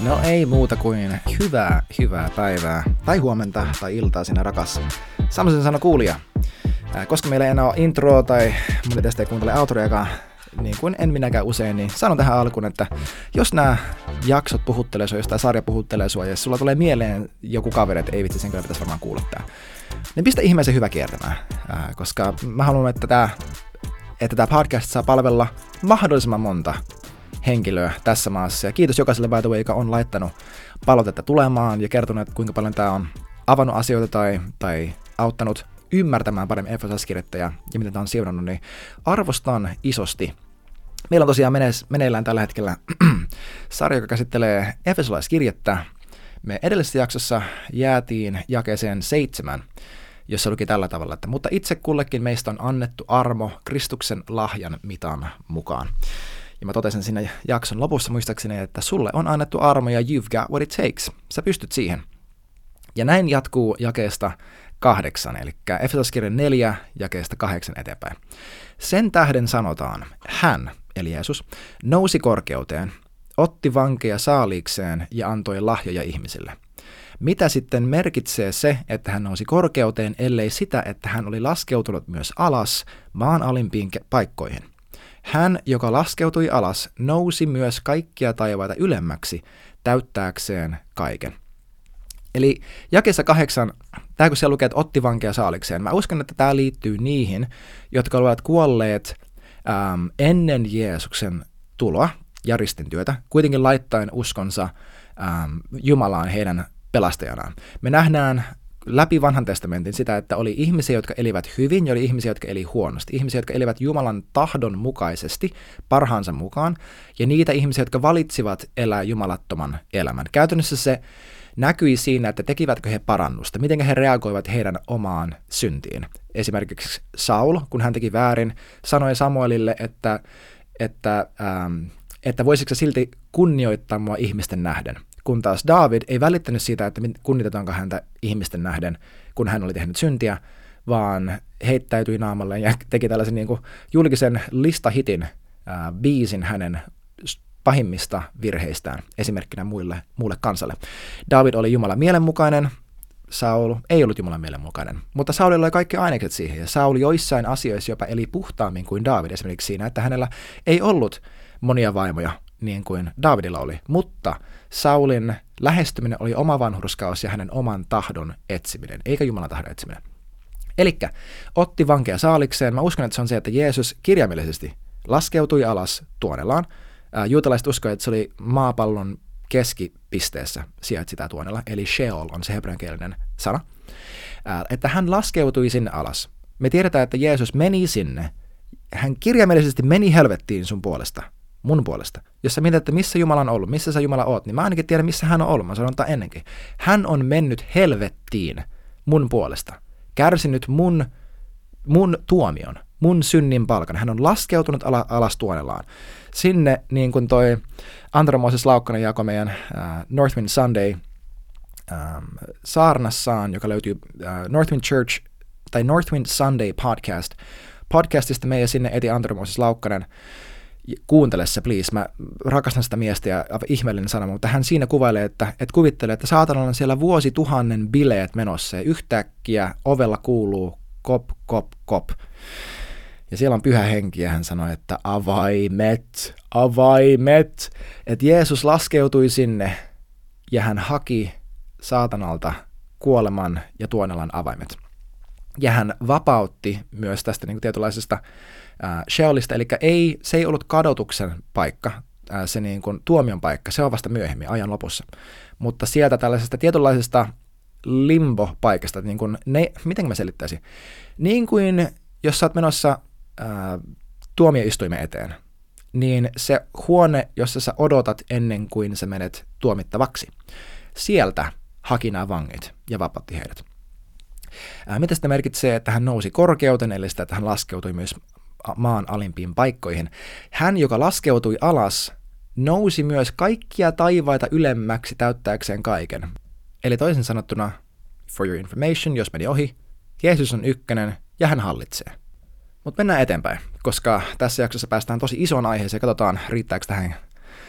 No ei muuta kuin hyvää päivää, tai huomenta, tai iltaa sinä rakas Samson sano kuulija. Koska meillä ei enää ole introa, tai mulla tästä ei kuuntele outrojakaan, niin kuin en minäkään usein, niin sanon tähän alkuun, että jos nämä jaksot puhuttelee sua, jos tämä sarja puhuttelee sua, ja jos sulla tulee mieleen joku kaveri, että ei vitsi, sen kyllä pitäisi varmaan kuulla tää, niin pistä ihmeessä hyvä kiertämään, koska mä haluan, että tämä podcast saa palvella mahdollisimman monta henkilöä tässä maassa. Ja kiitos jokaiselle by the way, joka on laittanut palautetta tulemaan ja kertonut, että kuinka paljon tämä on avannut asioita tai auttanut ymmärtämään paremmin Efesolaiskirjettä ja miten tämä on siunannut, niin arvostan isosti. Meillä on tosiaan meneillään tällä hetkellä sarja, joka käsittelee Efesolaiskirjettä. Me edellisessä jaksossa jäätiin jakeeseen 7, jossa luki tällä tavalla, että mutta itse kullekin meistä on annettu armo Kristuksen lahjan mitan mukaan. Ja mä totesin siinä jakson lopussa muistaakseni, että sulle on annettu armo ja you've got what it takes. Sä pystyt siihen. Ja näin jatkuu jakeesta 8, eli Efesolaiskirjan 4 jakeesta 8 eteenpäin. Sen tähden sanotaan, hän, eli Jeesus, nousi korkeuteen, otti vankeja saaliikseen ja antoi lahjoja ihmisille. Mitä sitten merkitsee se, että hän nousi korkeuteen, ellei sitä, että hän oli laskeutunut myös alas maan alimpiin paikkoihin? Hän, joka laskeutui alas, nousi myös kaikkia taivaita ylemmäksi, täyttääkseen kaiken. Eli jakeessa 8, tämä kun siellä lukee, että otti vankeja saalikseen, mä uskon, että tämä liittyy niihin, jotka olivat kuolleet ennen Jeesuksen tuloa ja ristintyötä, kuitenkin laittaen uskonsa Jumalaan heidän pelastajanaan. Me nähdään läpi vanhan testamentin sitä, että oli ihmisiä, jotka elivät hyvin, ja oli ihmisiä, jotka eli huonosti. Ihmisiä, jotka elivät Jumalan tahdon mukaisesti, parhaansa mukaan, ja niitä ihmisiä, jotka valitsivat elää jumalattoman elämän. Käytännössä se näkyi siinä, että tekivätkö he parannusta, miten he reagoivat heidän omaan syntiin. Esimerkiksi Saul, kun hän teki väärin, sanoi Samuelille, että voisitko silti kunnioittaa mua ihmisten nähden. Kun taas David ei välittänyt siitä, että kunnitetaanko häntä ihmisten nähden, kun hän oli tehnyt syntiä, vaan heittäytyi naamalle ja teki tällaisen niin kuin julkisen listahitin biisin hänen pahimmista virheistään, esimerkkinä muulle kansalle. David oli Jumalan mielenmukainen, Saul ei ollut Jumalan mielenmukainen, mutta Saulilla oli kaikki ainekset siihen, ja Saul joissain asioissa jopa eli puhtaammin kuin David, esimerkiksi siinä, että hänellä ei ollut monia vaimoja, niin kuin Davidilla oli, mutta Saulin lähestyminen oli oma vanhurskaus ja hänen oman tahdon etsiminen, eikä Jumalan tahdon etsiminen. Elikkä otti vankeja saalikseen. Mä uskon, että se on se, että Jeesus kirjaimellisesti laskeutui alas tuonelaan. Juutalaiset uskoivat, että se oli maapallon keskipisteessä sijaitsi tämä tuonela, eli Sheol on se hebreankielinen sana, että hän laskeutui sinne alas. Me tiedetään, että Jeesus meni sinne, hän kirjaimellisesti meni helvettiin sun puolesta, mun puolesta. Jos sä mietit, että missä Jumala on ollut, missä sä Jumala oot, niin mä ainakin tiedän, missä hän on ollut. Mä sanon tämän ennenkin. Hän on mennyt helvettiin mun puolesta, kärsinyt mun tuomion, mun synnin palkan. Hän on laskeutunut alas tuonelaan. Sinne, niin kuin toi Antero Mooses Laukkanen jakoi meidän Northwind Sunday saarnassaan, joka löytyy Northwind Church tai Northwind Sunday podcastista meidän sinne eti Antero Mooses Laukkanen. Kuuntele se, please. Mä rakastan sitä miestä ja ihmeellinen sana, mutta hän siinä kuvailee, että kuvittelee, että saatanalla on siellä vuosituhannen bileet menossa ja yhtäkkiä ovella kuuluu kop, kop, kop. Ja siellä on pyhä henki ja hän sanoi, että avaimet. Että Jeesus laskeutui sinne ja hän haki saatanalta kuoleman ja tuonelan avaimet. Ja hän vapautti myös tästä niin kuin tietynlaisesta Sheolista, eli se ei ollut kadotuksen paikka, se niin kuin tuomion paikka, se on vasta myöhemmin ajan lopussa. Mutta sieltä tällaisesta tietynlaisesta limbo-paikasta, niin kuin miten mä selittäisin? Niin kuin jos sä oot menossa tuomioistuimen eteen, niin se huone, jossa sä odotat ennen kuin sä menet tuomittavaksi, sieltä haki nämä vangit ja vapautti heidät. Mitä sitä merkitsee, että hän nousi korkeuteen, eli sitä, että hän laskeutui myös maan alimpiin paikkoihin. Hän, joka laskeutui alas, nousi myös kaikkia taivaita ylemmäksi täyttääkseen kaiken. Eli toisin sanottuna, for your information, jos meni ohi, Jeesus on ykkönen ja hän hallitsee. Mutta mennään eteenpäin, koska tässä jaksossa päästään tosi isoon aiheeseen ja katsotaan, riittääkö tähän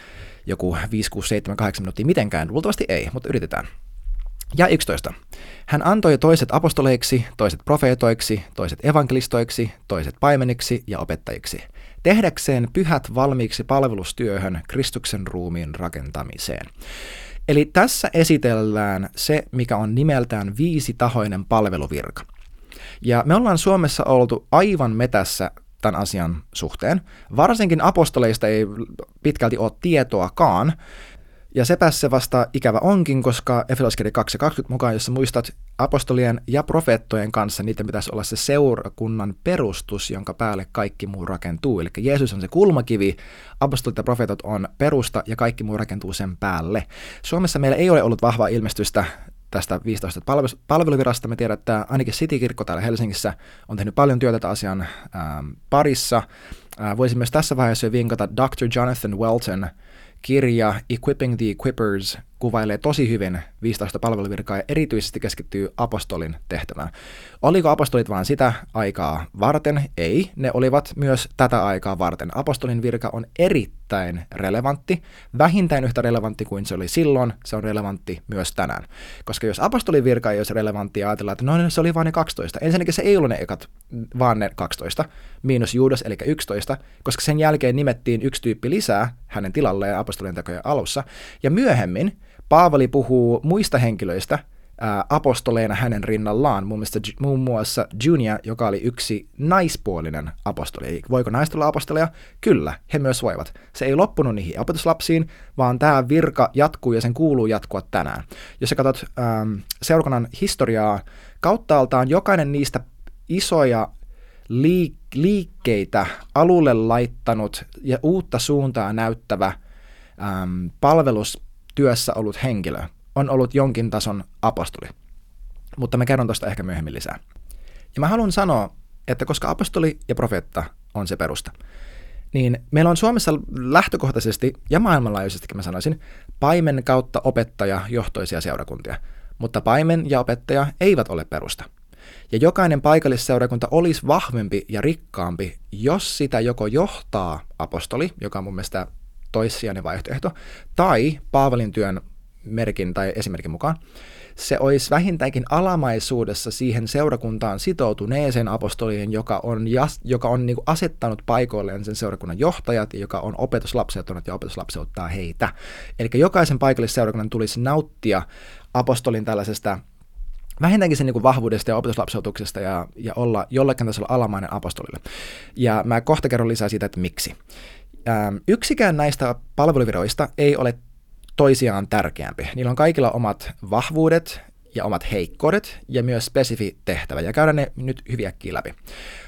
joku 5, 6, 7, 8 minuuttia mitenkään. Luultavasti ei, mutta yritetään. Ja 11. Hän antoi toiset apostoleiksi, toiset profeetoiksi, toiset evankelistoiksi, toiset paimeniksi ja opettajiksi, tehdäkseen pyhät valmiiksi palvelustyöhön Kristuksen ruumiin rakentamiseen. Eli tässä esitellään se, mikä on nimeltään 5-tahoinen palveluvirka. Ja me ollaan Suomessa oltu aivan metässä tämän asian suhteen. Varsinkin apostoleista ei pitkälti ole tietoakaan. Ja sepä se vasta ikävä onkin, koska Efesolaiskirja 2:20 mukaan, jos muistat apostolien ja profeettojen kanssa, niiden pitäisi olla se seurakunnan perustus, jonka päälle kaikki muu rakentuu. Eli Jeesus on se kulmakivi, apostolit ja profeetot on perusta ja kaikki muu rakentuu sen päälle. Suomessa meillä ei ole ollut vahvaa ilmestystä tästä 15 palveluvirasta. Me tiedän, että ainakin City-kirkko täällä Helsingissä on tehnyt paljon työtä tämän asian parissa. Voisin myös tässä vaiheessa vinkata Dr. Jonathan Welton kirja Equipping the Equippers kuvailee tosi hyvin 15 palveluvirkaa ja erityisesti keskittyy apostolin tehtävään. Oliko apostolit vain sitä aikaa varten? Ei, ne olivat myös tätä aikaa varten. Apostolin virka on erittäin relevantti, vähintään yhtä relevantti kuin se oli silloin, se on relevantti myös tänään. Koska jos apostolin virka ei olisi relevantti ja ajatellaan, että no se oli vain ne 12. Ensinnäkin se ei ollut ne ekat, vaan ne 12, miinus Juudas eli 11, koska sen jälkeen nimettiin yksi tyyppi lisää hänen tilalleen apostolien tekojen alussa. Ja myöhemmin Paavali puhuu muista henkilöistä apostoleina hänen rinnallaan, muun muassa Junia, joka oli yksi naispuolinen apostoli. Voiko naiset olla apostoleja? Kyllä, he myös voivat. Se ei loppunut niihin opetuslapsiin, vaan tämä virka jatkuu ja sen kuuluu jatkua tänään. Jos sä katsot seurakunnan historiaa, kauttaaltaan jokainen niistä isoja liikkeitä alulle laittanut ja uutta suuntaa näyttävä palvelustyössä ollut henkilö on ollut jonkin tason apostoli. Mutta mä kerron tuosta ehkä myöhemmin lisää. Ja mä haluan sanoa, että koska apostoli ja profeetta on se perusta, niin meillä on Suomessa lähtökohtaisesti ja maailmanlaajuisestikin mä sanoisin paimen kautta opettaja johtoisia seurakuntia. Mutta paimen ja opettaja eivät ole perusta. Ja jokainen paikallisseurakunta olisi vahvempi ja rikkaampi, jos sitä joko johtaa apostoli, joka on mun mielestä toissijainen vaihtoehto, tai Paavalin työn merkin tai esimerkin mukaan, se olisi vähintäänkin alamaisuudessa siihen seurakuntaan sitoutuneeseen apostoliin, joka on niin kuin asettanut paikoilleen sen seurakunnan johtajat ja joka on opetuslapseuttanut ja opetuslapseuttaa heitä. Eli jokaisen paikallisseurakunnan tulisi nauttia apostolin tällaisesta vähintäänkin sen niin kuin vahvuudesta ja opetuslapseutuksesta ja olla jollakin tasolla alamainen apostolille. Ja mä kohta kerron lisää siitä, että miksi. Yksikään näistä palveluviroista ei ole toisiaan tärkeämpi. Niillä on kaikilla omat vahvuudet ja omat heikkoudet ja myös spesifi tehtävä. Ja käydään ne nyt hyvin äkkiä läpi.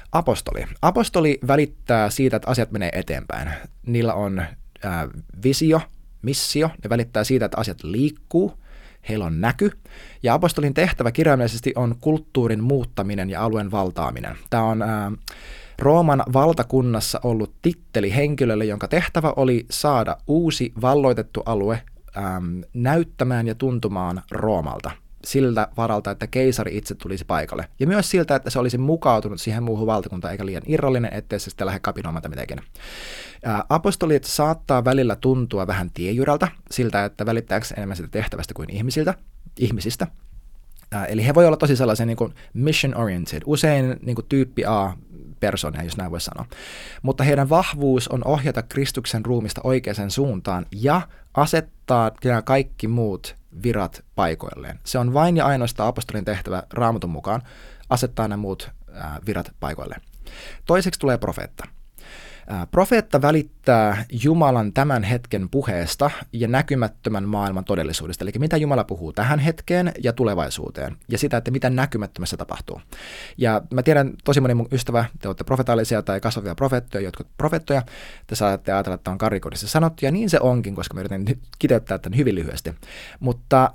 Apostoli välittää siitä, että asiat menee eteenpäin. Niillä on visio, missio. Ne välittää siitä, että asiat liikkuu. Heillä on näky. Ja apostolin tehtävä kirjaimellisesti on kulttuurin muuttaminen ja alueen valtaaminen. Tämä on Rooman valtakunnassa ollut titteli henkilölle, jonka tehtävä oli saada uusi valloitettu alue näyttämään ja tuntumaan Roomalta. Siltä varalta, että keisari itse tulisi paikalle. Ja myös siltä, että se olisi mukautunut siihen muuhun valtakuntaan eikä liian irrallinen, ettei se sitten lähde kapinoimaan mitenkään. Apostolit saattaa välillä tuntua vähän tiejyrältä, siltä, että välittääkö enemmän sitä tehtävästä kuin ihmisistä. Eli he voi olla tosi sellaisia niin kuin mission-oriented, usein niin kuin tyyppi A-persoonia, jos näin voi sanoa. Mutta heidän vahvuus on ohjata Kristuksen ruumista oikeaan suuntaan ja asettaa kaikki muut virat paikoilleen. Se on vain ja ainoastaan apostolin tehtävä Raamatun mukaan asettaa nämä muut virat paikoilleen. Toiseksi tulee profeetta. Profeetta välittää Jumalan tämän hetken puheesta ja näkymättömän maailman todellisuudesta, eli mitä Jumala puhuu tähän hetkeen ja tulevaisuuteen, ja sitä, että mitä näkymättömässä tapahtuu. Ja mä tiedän, tosi moni mun ystävä, te olette profetaalisia tai kasvavia profeettoja, jotkut profeettoja, te saatte ajatella, että on karrikoidissa sanottu, ja niin se onkin, koska mä yritän kiteyttää tämän hyvin lyhyesti. Mutta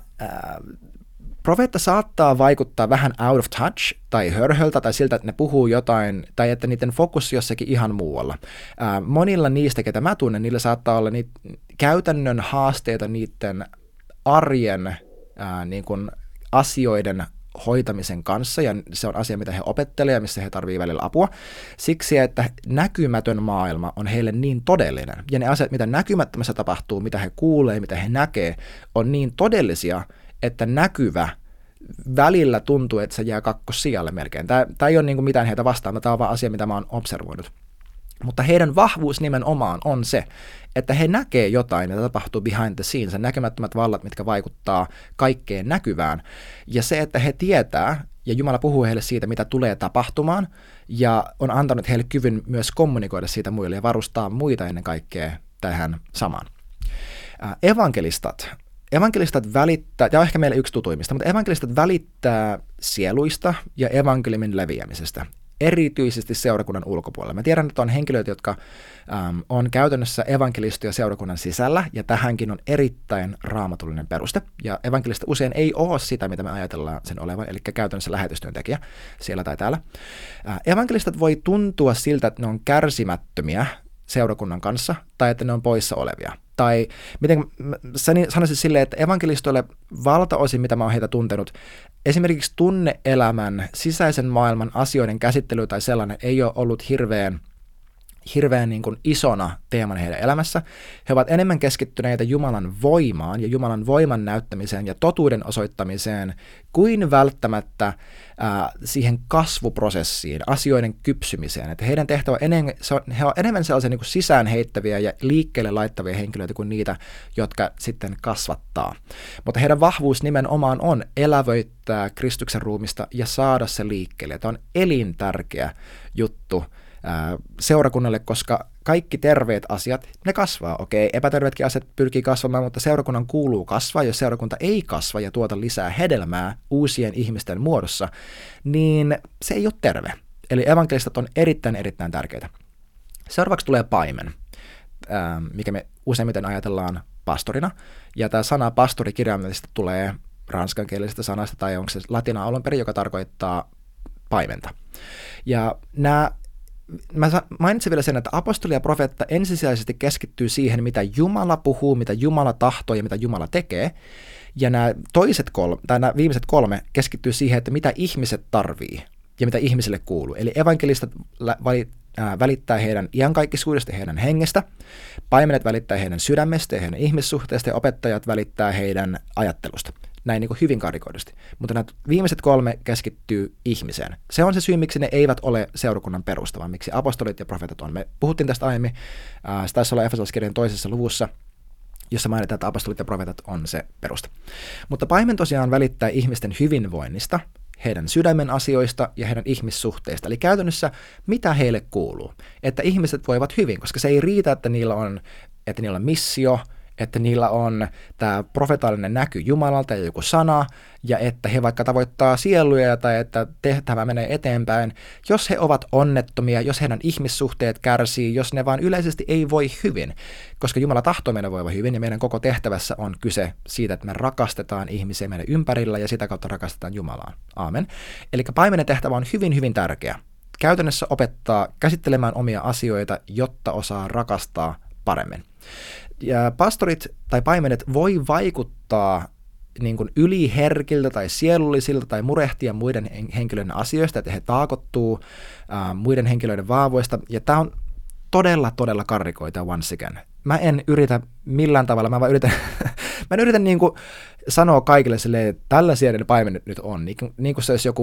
profeetta saattaa vaikuttaa vähän out of touch tai hörhöltä tai siltä, että ne puhuu jotain tai että niiden fokus jossakin ihan muualla. Monilla niistä, ketä mä tunnen, niillä saattaa olla niitä käytännön haasteita niiden arjen niin kuin asioiden hoitamisen kanssa, ja se on asia, mitä he opettelevat ja missä he tarvitsevat välillä apua, siksi että näkymätön maailma on heille niin todellinen, ja ne asiat, mitä näkymättömässä tapahtuu, mitä he kuulee, mitä he näkee, on niin todellisia, että näkyvä välillä tuntuu, että se jää kakkossijalle melkein. Tämä ei ole niin kuin mitään heitä vastaan, tämä on vaan asia, mitä mä oon observoinut. Mutta heidän vahvuus nimenomaan on se, että he näkee jotain, mitä tapahtuu behind the scenes, näkymättömät vallat, mitkä vaikuttaa kaikkeen näkyvään. Ja se, että he tietää, ja Jumala puhuu heille siitä, mitä tulee tapahtumaan, ja on antanut heille kyvyn myös kommunikoida siitä muille ja varustaa muita ennen kaikkea tähän samaan. Evankelistat välittää, ja ehkä meille yksi tutuimmista, mutta evankelistat välittää sieluista ja evankeliumin leviämisestä, erityisesti seurakunnan ulkopuolella. Mä tiedän, että on henkilöitä, jotka on käytännössä evankelistoja seurakunnan sisällä, ja tähänkin on erittäin raamatullinen peruste. Ja evankelista usein ei ole sitä, mitä me ajatellaan sen olevan, eli käytännössä lähetystyöntekijä siellä tai täällä. Evankelistat voi tuntua siltä, että ne on kärsimättömiä seurakunnan kanssa, tai että ne on poissa olevia. Tai miten sanoisin silleen, että evankelistoille valtaosin, mitä mä oon heitä tuntenut, esimerkiksi tunne-elämän, sisäisen maailman asioiden käsittely tai sellainen ei ole ollut hirveän niin kuin isona teemana heidän elämässä. He ovat enemmän keskittyneitä Jumalan voimaan ja Jumalan voiman näyttämiseen ja totuuden osoittamiseen kuin välttämättä siihen kasvuprosessiin, asioiden kypsymiseen. Että heidän tehtävä he ovat enemmän sellaisia niin kuin sisään heittäviä ja liikkeelle laittavia henkilöitä kuin niitä, jotka sitten kasvattaa. Mutta heidän vahvuus nimenomaan on elävöittää Kristuksen ruumista ja saada se liikkeelle. Tämä on elintärkeä juttu seurakunnalle, koska kaikki terveet asiat, ne kasvaa. Okei, epäterveetkin asiat pyrkii kasvamaan, mutta seurakunnan kuuluu kasvaa. Jos seurakunta ei kasva ja tuota lisää hedelmää uusien ihmisten muodossa, niin se ei ole terve. Eli evankelistat on erittäin tärkeitä. Seuraavaksi tulee paimen, mikä me useimmiten ajatellaan pastorina. Ja tämä sana pastori kirjaimellisesti tulee ranskankielisestä sanasta, tai onko se latinaa alun perin, joka tarkoittaa paimenta. Ja mä mainitsin vielä sen, että apostoli ja profeetta ensisijaisesti keskittyy siihen, mitä Jumala puhuu, mitä Jumala tahtoo ja mitä Jumala tekee. Ja nämä viimeiset kolme keskittyy siihen, että mitä ihmiset tarvii ja mitä ihmisille kuuluu. Eli evankelistat välittää heidän iankaikkisuudesta ja heidän hengestä, paimenet välittää heidän sydämestä ja heidän ihmissuhteesta ja opettajat välittää heidän ajattelusta. Näin niin kuin hyvin karikoidusti. Mutta nämä viimeiset kolme keskittyy ihmiseen. Se on se syy, miksi ne eivät ole seurakunnan perusta, vaan miksi apostolit ja profeetat on. Me puhuttiin tästä aiemmin. Se taisi olla Efesolaiskirjan 2. luvussa, jossa mainitaan, että apostolit ja profeetat on se perusta. Mutta paimen tosiaan välittää ihmisten hyvinvoinnista, heidän sydämen asioista ja heidän ihmissuhteista. Eli käytännössä mitä heille kuuluu. Että ihmiset voivat hyvin, koska se ei riitä, että niillä on missio, että niillä on tämä profetaalinen näky Jumalalta ja joku sana, ja että he vaikka tavoittaa sieluja tai että tehtävä menee eteenpäin. Jos he ovat onnettomia, jos heidän ihmissuhteet kärsii, jos ne vaan yleisesti ei voi hyvin, koska Jumala tahtoo meidän voiva hyvin, ja meidän koko tehtävässä on kyse siitä, että me rakastetaan ihmisiä meidän ympärillä, ja sitä kautta rakastetaan Jumalaa. Aamen. Eli paimenen tehtävä on hyvin tärkeä. Käytännössä opettaa käsittelemään omia asioita, jotta osaa rakastaa paremmin. Ja pastorit tai paimenet voi vaikuttaa niin kuin yliherkiltä tai sielullisilta tai murehtia muiden henkilöiden asioista, että he taakottuu muiden henkilöiden vaavoista. Ja tämä on todella karrikoita once again. Mä en yritä millään tavalla, mä en yritä niin kuin sanoa kaikille silleen, että tällaisia ne paimenet nyt on, niin kuin se olisi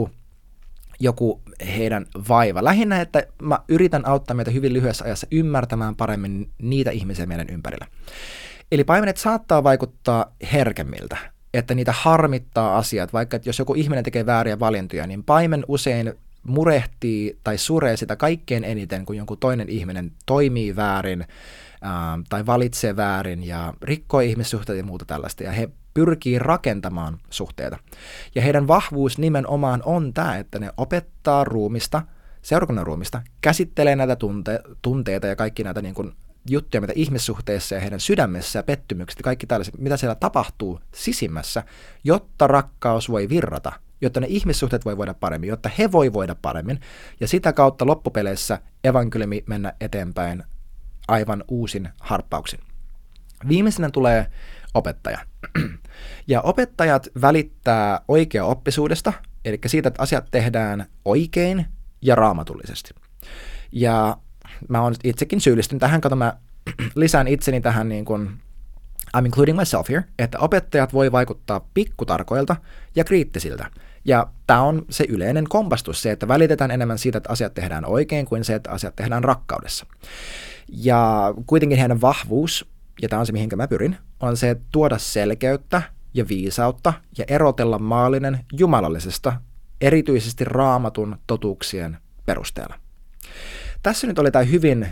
joku heidän vaiva. Lähinnä, että mä yritän auttaa meitä hyvin lyhyessä ajassa ymmärtämään paremmin niitä ihmisiä meidän ympärillä. Eli paimenet saattaa vaikuttaa herkemmiltä, että niitä harmittaa asiat, vaikka että jos joku ihminen tekee vääriä valintoja, niin paimen usein murehtii tai suree sitä kaikkein eniten, kun jonkun toinen ihminen toimii väärin tai valitsee väärin ja rikkoo ihmissuhteita ja muuta tällaista, ja he pyrkii rakentamaan suhteita. Ja heidän vahvuus nimenomaan on tämä, että ne opettaa seurakunnan ruumista, käsittelee näitä tunteita ja kaikki näitä niin kuin juttuja, mitä ihmissuhteissa ja heidän sydämessä ja pettymykset ja kaikki tällaiset, mitä siellä tapahtuu sisimmässä, jotta rakkaus voi virrata, jotta ne ihmissuhteet voi voida paremmin, jotta he voi voida paremmin, ja sitä kautta loppupeleissä evankeliumi mennä eteenpäin aivan uusin harppauksin. Viimeisenä tulee opettaja. Ja opettajat välittää oikeaoppisuudesta eli siitä, että asiat tehdään oikein ja raamatullisesti. Ja mä oon itsekin syyllistynyt tähän, kato mä lisään itseni tähän niin kuin I'm including myself here, että opettajat voi vaikuttaa pikkutarkoilta ja kriittisiltä. Ja tämä on se yleinen kompastus, se, että välitetään enemmän siitä, että asiat tehdään oikein, kuin se, että asiat tehdään rakkaudessa. Ja kuitenkin heidän vahvuus, ja tämä on se, mihinkä mä pyrin, on se, että tuoda selkeyttä ja viisautta ja erotella maallinen jumalallisesta, erityisesti raamatun totuuksien perusteella. Tässä nyt oli tämä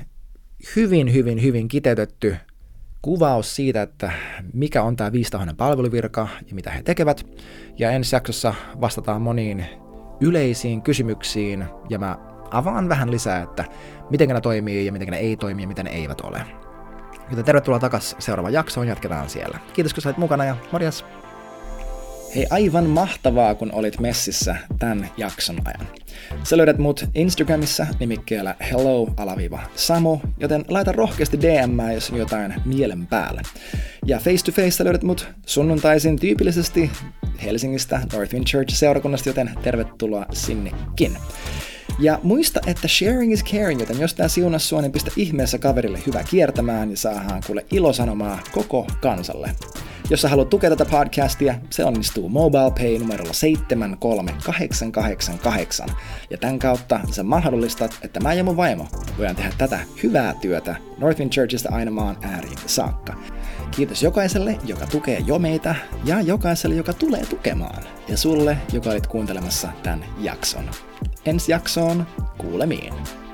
hyvin kiteytetty kuvaus siitä, että mikä on tämä 5-tahoinen palveluvirka ja mitä he tekevät. Ja ensi jaksossa vastataan moniin yleisiin kysymyksiin ja mä avaan vähän lisää, että miten ne toimii ja miten ne ei toimi ja miten ne eivät ole. Joten tervetuloa takaisin seuraavaan jaksoon, jatketaan siellä. Kiitos kun sä olit mukana ja morjes! Hei, aivan mahtavaa, kun olit messissä tämän jakson ajan. Sä löydät mut Instagramissa nimikkeellä hello_Samu, joten laita rohkeasti DM:ää, jos on jotain mielen päällä. Ja face to face löydät mut sunnuntaisin tyypillisesti Helsingistä Northwind Church-seurakunnasta, joten tervetuloa sinnekin. Ja muista, että sharing is caring, joten jos tää siunas sua, niin pistä ihmeessä kaverille hyvä kiertämään ja saadaan kuule ilosanomaa koko kansalle. Jos sä haluat tukea tätä podcastia, se onnistuu MobilePay numerolla 73888. Ja tämän kautta sä mahdollistat, että mä ja mun vaimo voidaan tehdä tätä hyvää työtä Northwind Churchista aina maan ääriin saakka. Kiitos jokaiselle, joka tukee jo meitä, ja jokaiselle, joka tulee tukemaan. Ja sulle, joka olit kuuntelemassa tämän jakson. Ensi jaksoon kuulemiin.